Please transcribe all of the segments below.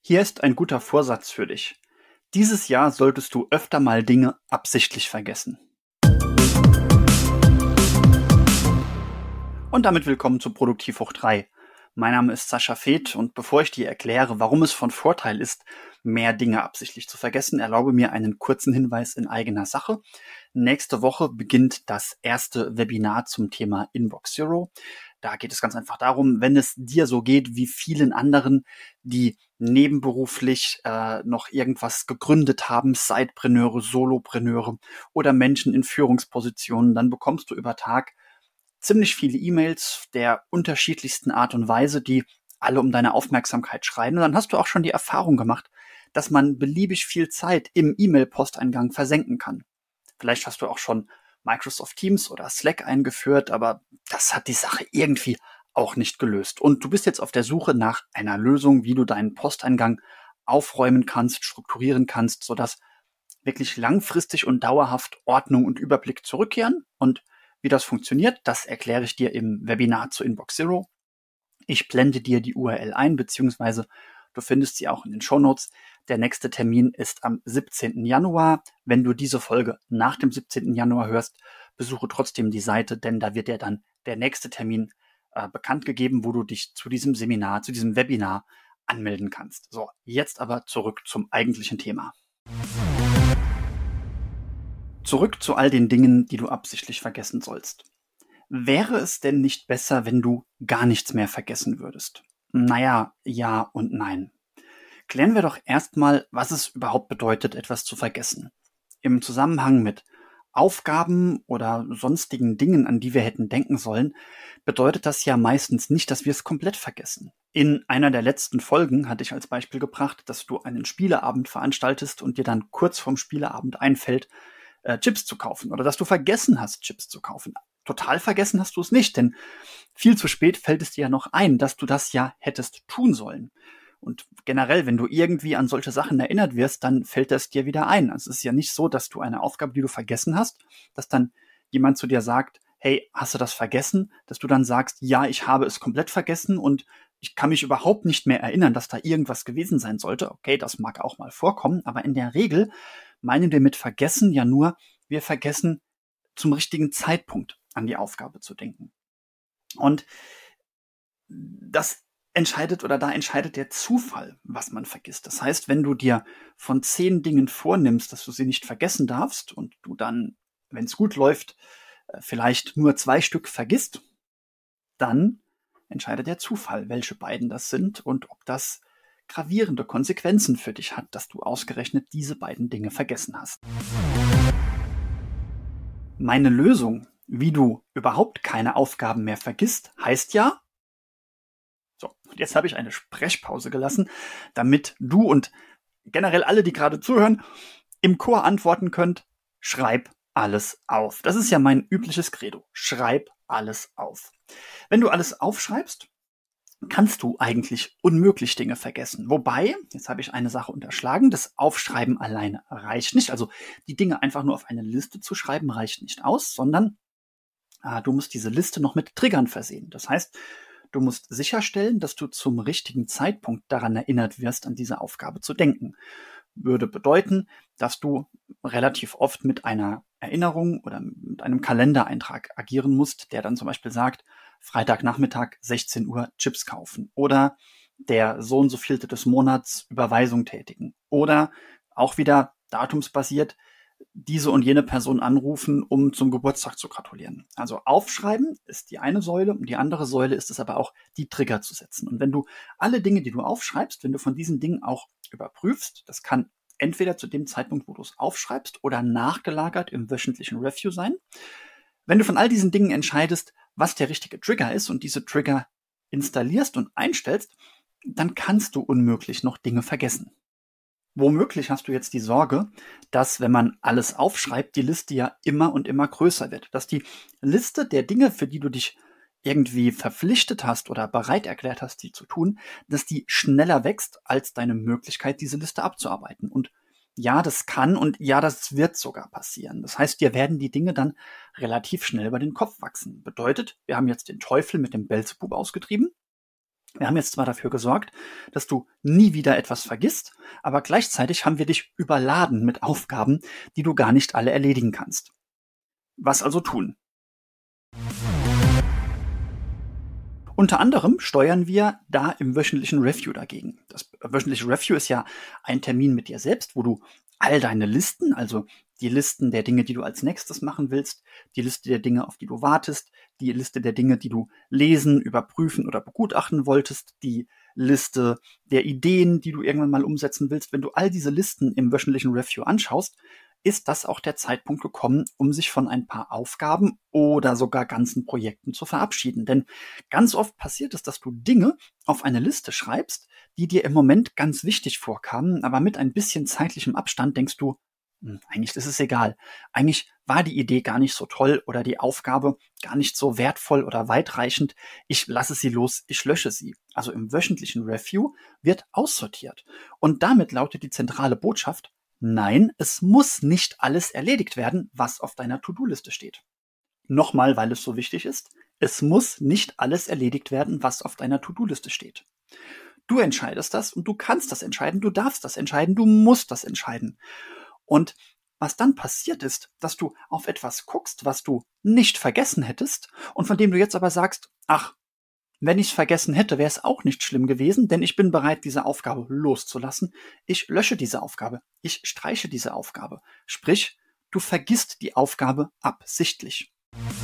Hier ist ein guter Vorsatz für dich. Dieses Jahr solltest du öfter mal Dinge absichtlich vergessen. Und damit willkommen zu Produktiv hoch 3. Mein Name ist Sascha Feth und bevor ich dir erkläre, warum es von Vorteil ist, mehr Dinge absichtlich zu vergessen, erlaube mir einen kurzen Hinweis in eigener Sache. Nächste Woche beginnt das erste Webinar zum Thema Inbox Zero. Da geht es ganz einfach darum, wenn es dir so geht wie vielen anderen, die nebenberuflich noch irgendwas gegründet haben, Sidepreneure, Solopreneure oder Menschen in Führungspositionen, dann bekommst du über Tag ziemlich viele E-Mails der unterschiedlichsten Art und Weise, die alle um deine Aufmerksamkeit schreien. Und dann hast du auch schon die Erfahrung gemacht, dass man beliebig viel Zeit im E-Mail-Posteingang versenken kann. Vielleicht hast du auch schon Microsoft Teams oder Slack eingeführt, aber das hat die Sache irgendwie auch nicht gelöst. Und du bist jetzt auf der Suche nach einer Lösung, wie du deinen Posteingang aufräumen kannst, strukturieren kannst, sodass wirklich langfristig und dauerhaft Ordnung und Überblick zurückkehren. Und wie das funktioniert, das erkläre ich dir im Webinar zu Inbox Zero. Ich blende dir die URL ein, beziehungsweise du findest sie auch in den Shownotes. Der nächste Termin ist am 17. Januar. Wenn du diese Folge nach dem 17. Januar hörst, besuche trotzdem die Seite, denn da wird dir dann der nächste Termin bekannt gegeben, wo du dich zu diesem Seminar, zu diesem Webinar anmelden kannst. So, jetzt aber zurück zum eigentlichen Thema. Zurück zu all den Dingen, die du absichtlich vergessen sollst. Wäre es denn nicht besser, wenn du gar nichts mehr vergessen würdest? Naja, ja und nein. Klären wir doch erstmal, was es überhaupt bedeutet, etwas zu vergessen. Im Zusammenhang mit Aufgaben oder sonstigen Dingen, an die wir hätten denken sollen, bedeutet das ja meistens nicht, dass wir es komplett vergessen. In einer der letzten Folgen hatte ich als Beispiel gebracht, dass du einen Spieleabend veranstaltest und dir dann kurz vorm Spieleabend einfällt, Chips zu kaufen oder dass du vergessen hast, Chips zu kaufen. Total vergessen hast du es nicht, denn viel zu spät fällt es dir ja noch ein, dass du das ja hättest tun sollen. Und generell, wenn du irgendwie an solche Sachen erinnert wirst, dann fällt das dir wieder ein. Also es ist ja nicht so, dass du eine Aufgabe, die du vergessen hast, dass dann jemand zu dir sagt, hey, hast du das vergessen? Dass du dann sagst, ja, ich habe es komplett vergessen und ich kann mich überhaupt nicht mehr erinnern, dass da irgendwas gewesen sein sollte. Okay, das mag auch mal vorkommen, aber in der Regel meinen wir mit vergessen ja nur, wir vergessen zum richtigen Zeitpunkt an die Aufgabe zu denken. Und das entscheidet oder da entscheidet der Zufall, was man vergisst. Das heißt, wenn du dir von 10 Dingen vornimmst, dass du sie nicht vergessen darfst und du dann, wenn es gut läuft, vielleicht nur 2 Stück vergisst, dann entscheidet der Zufall, welche beiden das sind und ob das gravierende Konsequenzen für dich hat, dass du ausgerechnet diese beiden Dinge vergessen hast. Meine Lösung, wie du überhaupt keine Aufgaben mehr vergisst, heißt ja, so, und jetzt habe ich eine Sprechpause gelassen, damit du und generell alle, die gerade zuhören, im Chor antworten könnt, schreib alles auf. Das ist ja mein übliches Credo. Schreib alles auf. Wenn du alles aufschreibst, kannst du eigentlich unmöglich Dinge vergessen. Wobei, jetzt habe ich eine Sache unterschlagen, das Aufschreiben alleine reicht nicht. Also die Dinge einfach nur auf eine Liste zu schreiben, reicht nicht aus, sondern du musst diese Liste noch mit Triggern versehen. Das heißt, du musst sicherstellen, dass du zum richtigen Zeitpunkt daran erinnert wirst, an diese Aufgabe zu denken. Würde bedeuten, dass du relativ oft mit einer Erinnerung oder mit einem Kalendereintrag agieren musst, der dann zum Beispiel sagt, Freitagnachmittag 16 Uhr Chips kaufen oder der so und so vielte des Monats Überweisung tätigen oder auch wieder datumsbasiert diese und jene Person anrufen, um zum Geburtstag zu gratulieren. Also aufschreiben ist die eine Säule und die andere Säule ist es aber auch, die Trigger zu setzen. Und wenn du alle Dinge, die du aufschreibst, wenn du von diesen Dingen auch überprüfst, das kann entweder zu dem Zeitpunkt, wo du es aufschreibst oder nachgelagert im wöchentlichen Review sein. Wenn du von all diesen Dingen entscheidest, was der richtige Trigger ist und diese Trigger installierst und einstellst, dann kannst du unmöglich noch Dinge vergessen. Womöglich hast du jetzt die Sorge, dass, wenn man alles aufschreibt, die Liste ja immer und immer größer wird. Dass die Liste der Dinge, für die du dich irgendwie verpflichtet hast oder bereit erklärt hast, die zu tun, dass die schneller wächst als deine Möglichkeit, diese Liste abzuarbeiten. Und ja, das kann und ja, das wird sogar passieren. Das heißt, dir werden die Dinge dann relativ schnell über den Kopf wachsen. Bedeutet, wir haben jetzt den Teufel mit dem Beelzebub ausgetrieben. Wir haben jetzt zwar dafür gesorgt, dass du nie wieder etwas vergisst, aber gleichzeitig haben wir dich überladen mit Aufgaben, die du gar nicht alle erledigen kannst. Was also tun? Unter anderem steuern wir da im wöchentlichen Review dagegen. Das wöchentliche Review ist ja ein Termin mit dir selbst, wo du all deine Listen, also die Listen der Dinge, die du als nächstes machen willst, die Liste der Dinge, auf die du wartest, die Liste der Dinge, die du lesen, überprüfen oder begutachten wolltest, die Liste der Ideen, die du irgendwann mal umsetzen willst. Wenn du all diese Listen im wöchentlichen Review anschaust, ist das auch der Zeitpunkt gekommen, um sich von ein paar Aufgaben oder sogar ganzen Projekten zu verabschieden. Denn ganz oft passiert es, dass du Dinge auf eine Liste schreibst, die dir im Moment ganz wichtig vorkamen, aber mit ein bisschen zeitlichem Abstand denkst du, eigentlich ist es egal. Eigentlich war die Idee gar nicht so toll oder die Aufgabe gar nicht so wertvoll oder weitreichend. Ich lasse sie los, ich lösche sie. Also im wöchentlichen Review wird aussortiert. Und damit lautet die zentrale Botschaft: Nein, es muss nicht alles erledigt werden, was auf deiner To-Do-Liste steht. Nochmal, weil es so wichtig ist: Es muss nicht alles erledigt werden, was auf deiner To-Do-Liste steht. Du entscheidest das und du kannst das entscheiden, du darfst das entscheiden, du musst das entscheiden. Und was dann passiert ist, dass du auf etwas guckst, was du nicht vergessen hättest und von dem du jetzt aber sagst, ach, wenn ich es vergessen hätte, wäre es auch nicht schlimm gewesen, denn ich bin bereit, diese Aufgabe loszulassen. Ich lösche diese Aufgabe. Ich streiche diese Aufgabe. Sprich, du vergisst die Aufgabe absichtlich.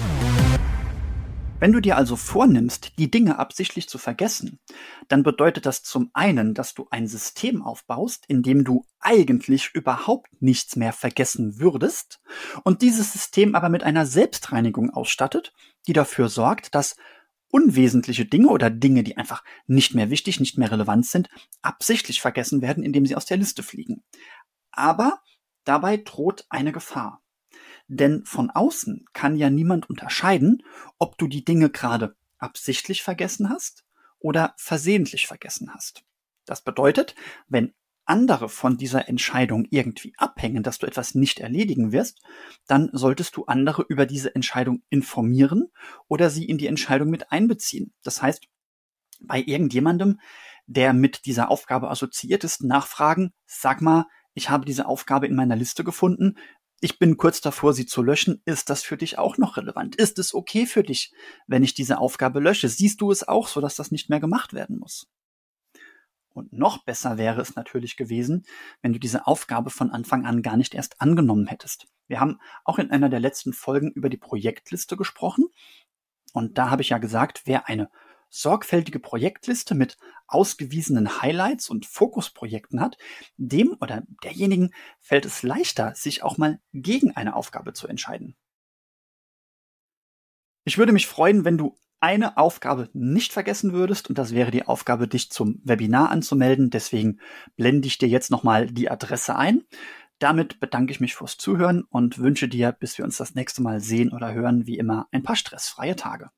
Wenn du dir also vornimmst, die Dinge absichtlich zu vergessen, dann bedeutet das zum einen, dass du ein System aufbaust, in dem du eigentlich überhaupt nichts mehr vergessen würdest und dieses System aber mit einer Selbstreinigung ausstattet, die dafür sorgt, dass unwesentliche Dinge oder Dinge, die einfach nicht mehr wichtig, nicht mehr relevant sind, absichtlich vergessen werden, indem sie aus der Liste fliegen. Aber dabei droht eine Gefahr. Denn von außen kann ja niemand unterscheiden, ob du die Dinge gerade absichtlich vergessen hast oder versehentlich vergessen hast. Das bedeutet, wenn andere von dieser Entscheidung irgendwie abhängen, dass du etwas nicht erledigen wirst, dann solltest du andere über diese Entscheidung informieren oder sie in die Entscheidung mit einbeziehen. Das heißt, bei irgendjemandem, der mit dieser Aufgabe assoziiert ist, nachfragen: Sag mal, ich habe diese Aufgabe in meiner Liste gefunden. Ich bin kurz davor, sie zu löschen. Ist das für dich auch noch relevant? Ist es okay für dich, wenn ich diese Aufgabe lösche? Siehst du es auch so, dass das nicht mehr gemacht werden muss? Und noch besser wäre es natürlich gewesen, wenn du diese Aufgabe von Anfang an gar nicht erst angenommen hättest. Wir haben auch in einer der letzten Folgen über die Projektliste gesprochen. Und da habe ich ja gesagt, wer eine sorgfältige Projektliste mit ausgewiesenen Highlights und Fokusprojekten hat, dem oder derjenigen fällt es leichter, sich auch mal gegen eine Aufgabe zu entscheiden. Ich würde mich freuen, wenn du eine Aufgabe nicht vergessen würdest, und das wäre die Aufgabe, dich zum Webinar anzumelden. Deswegen blende ich dir jetzt nochmal die Adresse ein. Damit bedanke ich mich fürs Zuhören und wünsche dir, bis wir uns das nächste Mal sehen oder hören, wie immer ein paar stressfreie Tage.